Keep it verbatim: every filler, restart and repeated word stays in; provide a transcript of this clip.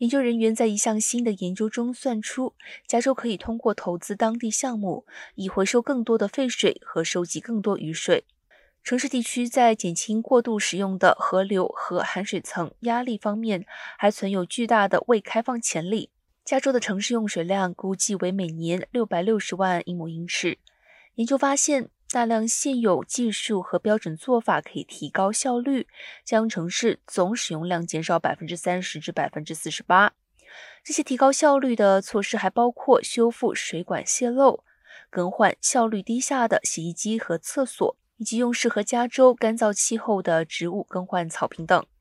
研究人员在一项新的研究中算出，加州可以通过投资当地项目，以回收更多的废水和收集更多雨水。城市地区在减轻过度使用的河流和含水层压力方面，还存有巨大的未开放潜力。加州的城市用水量估计为每年六百六十万英亩英尺。研究发现，大量现有技术和标准做法可以提高效率，将城市总使用量减少百分之三十至百分之四十八。这些提高效率的措施还包括修复水管泄漏、更换效率低下的洗衣机和厕所，以及用适合加州干燥气候的植物更换草坪等。